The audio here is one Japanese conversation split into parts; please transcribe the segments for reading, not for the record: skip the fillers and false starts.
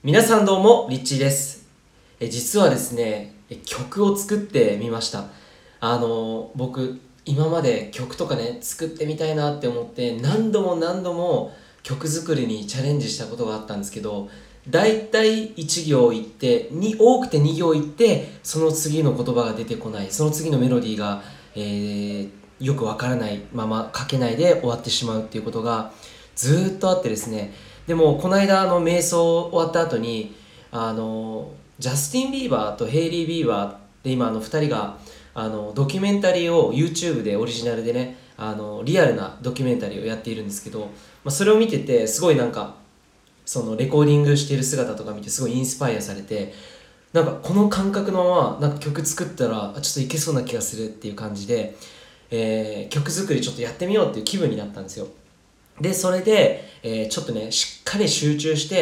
皆さんどうも、リッチーです。実はですね、曲を作ってみました。僕、今まで曲とかね、作ってみたいなって思って、何度も何度も曲作りにチャレンジしたことがあったんですけど、だいたい1行言って、多くて2行言って、その次の言葉が出てこない、その次のメロディーが、よくわからないまま書けないで終わってしまうっていうことがずーっとあってですね。でもこの間瞑想終わった後にジャスティン・ビーバーとヘイリー・ビーバーって今2人がドキュメンタリーを YouTube でオリジナルでねリアルなドキュメンタリーをやっているんですけど、それを見ててすごいなんかそのレコーディングしている姿とか見てすごいインスパイアされて、なんかこの感覚のままなんか曲作ったらちょっといけそうな気がするっていう感じで、曲作りちょっとやってみようっていう気分になったんですよ。でそれで、ちょっとねしっかり集中して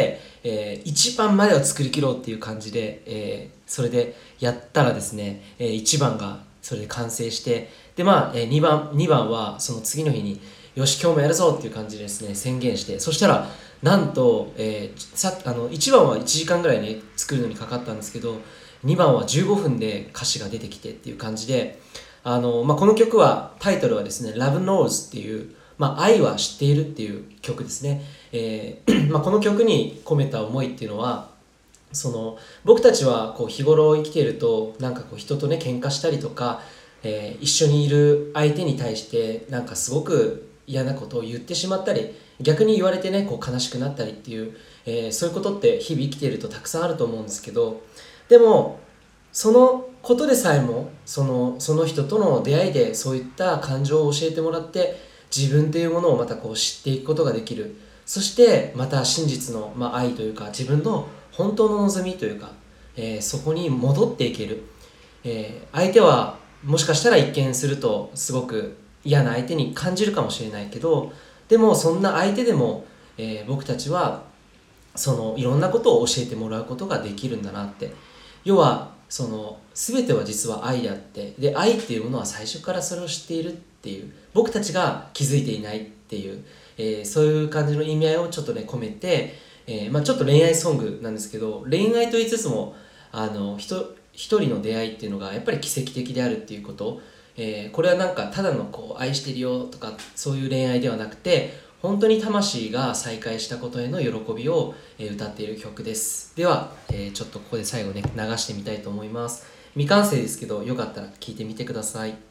、1番までは作り切ろうっていう感じで、それでやったらですね、1番がそれで完成して、で2番はその次の日によし今日もやるぞっていう感じでですね宣言して、そしたらなんと、1番は1時間ぐらいね作るのにかかったんですけど、2番は15分で歌詞が出てきてっていう感じで、この曲はタイトルはですね Love Knows っていう、愛は知っているっていう曲ですね。この曲に込めた思いっていうのは、その僕たちはこう日頃生きているとなんかこう人とね喧嘩したりとか、一緒にいる相手に対してなんかすごく嫌なことを言ってしまったり、逆に言われてねこう悲しくなったりっていう、そういうことって日々生きているとたくさんあると思うんですけど、でもそのことでさえもその人との出会いでそういった感情を教えてもらって、自分というものをまたこう知っていくことができる。そしてまた真実の、愛というか自分の本当の望みというか、そこに戻っていける。相手はもしかしたら一見するとすごく嫌な相手に感じるかもしれないけど、でもそんな相手でも、僕たちはそのいろんなことを教えてもらうことができるんだなって。要はその全ては実は愛であって、で愛っていうものは最初からそれを知っているっていう、僕たちが気づいていないっていう、そういう感じの意味合いをちょっとね込めて、ちょっと恋愛ソングなんですけど、恋愛と言いつつも一人の出会いっていうのがやっぱり奇跡的であるっていうこと、これはなんかただのこう愛してるよとかそういう恋愛ではなくて、本当に魂が再会したことへの喜びを歌っている曲です。では、ちょっとここで最後ね流してみたいと思います。未完成ですけどよかったら聴いてみてください。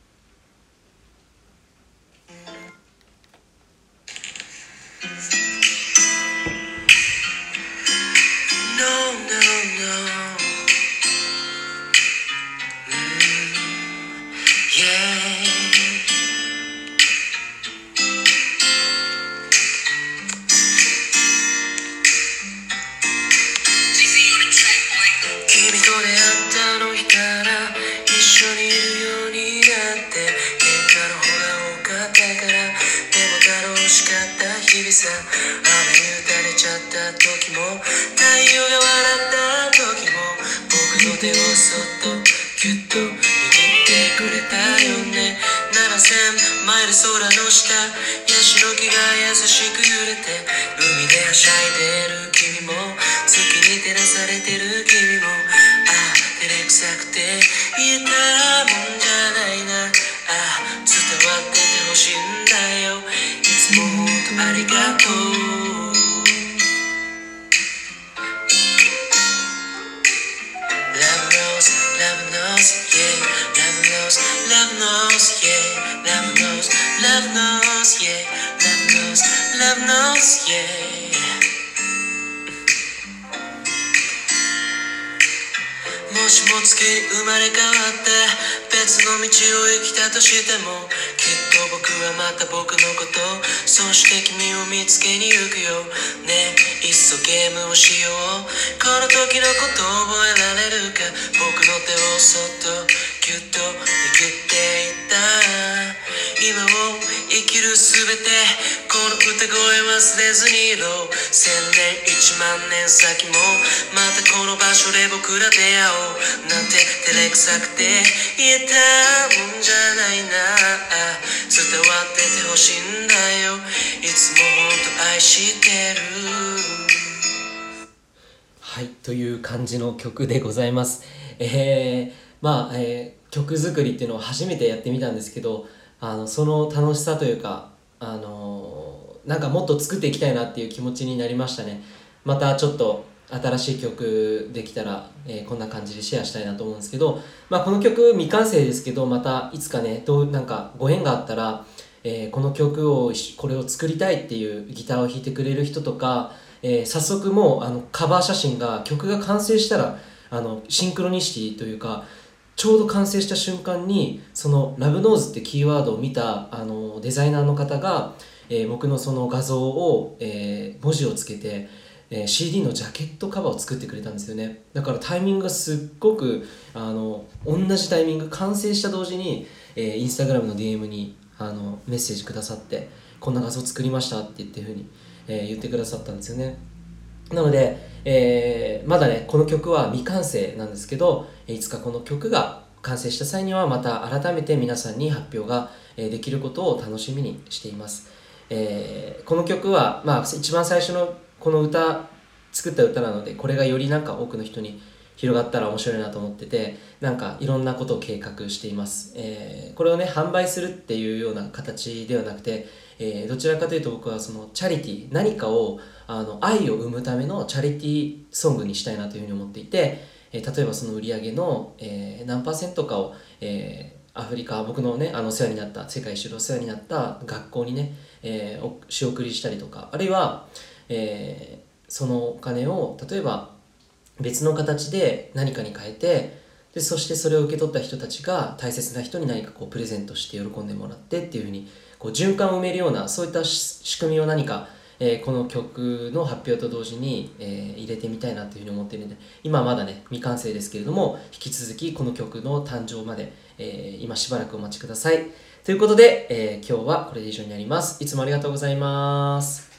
君と出会ったあの日から一緒にいるようになって、喧嘩の方が多かったから、でも楽しかった日々さ。雨に打たれちゃった時も、太陽が笑った時も、僕の手をそっとギュッと握ってくれたよね。7000マイル空の下、ヤシの木が優しく揺れて、海ではしゃいでる君も、月に照らされてる君も、照れくさくて言えたもんじゃないな。伝わっててほしいんだよ。いつもほんとありがとう。Love knows, love knows, yeah. Love knows, love knows, yeah. Love knows, love knows, yeah. Love knows, love knows, yeah.もしも月に生まれ変わって別の道を生きたとしても、きっと僕はまた僕のこと、そして君を見つけに行くよね。いっそゲームをしよう。この時のことを覚えられるか。僕の手をそっとギュッと握っていった今を生きるすべて、この歌声忘れずにいろ。1000年1万年先もまたこの場所で僕ら出会おうなんて照れくさくて言えたもんじゃないな。伝わっててほしいんだよ。いつもほんと愛してる。 はい、という感じの曲でございます。曲作りっていうのを初めてやってみたんですけど、その楽しさというか、なんかもっと作っていきたいなっていう気持ちになりましたね。またちょっと新しい曲できたら、こんな感じでシェアしたいなと思うんですけど、この曲未完成ですけど、またいつかね、なんかご縁があったら、この曲をこれを作りたいっていうギターを弾いてくれる人とか、早速もうカバー写真が曲が完成したらシンクロニシティというか、ちょうど完成した瞬間にそのラブノーズってキーワードを見たデザイナーの方が、僕のその画像を、文字をつけて、CD のジャケットカバーを作ってくれたんですよね。だからタイミングがすっごく同じタイミング完成した同時に、インスタグラムの DM にメッセージくださって、こんな画像作りましたって言っていう風に、言ってくださったんですよね。なので、まだねこの曲は未完成なんですけど、いつかこの曲が完成した際にはまた改めて皆さんに発表ができることを楽しみにしています。この曲は、一番最初のこの作った歌なので、これがよりなんか多くの人に広がったら面白いなと思ってて、なんかいろんなことを計画しています。これをね販売するっていうような形ではなくて、どちらかというと僕はそのチャリティー、何かを愛を生むためのチャリティーソングにしたいなというふうに思っていて、例えばその売り上げの、何%かを、アフリカ、僕のねお世話になった世界一周でお世話になった学校にね、仕送りしたりとか、あるいは、そのお金を例えば別の形で何かに変えて、でそしてそれを受け取った人たちが大切な人に何かこうプレゼントして喜んでもらってっていうふうにこう循環を埋めるような、そういった仕組みを何か、この曲の発表と同時に、入れてみたいなというふうに思っているので、今はまだね未完成ですけれども、引き続きこの曲の誕生まで、今しばらくお待ちくださいということで、今日はこれで以上になります。いつもありがとうございます。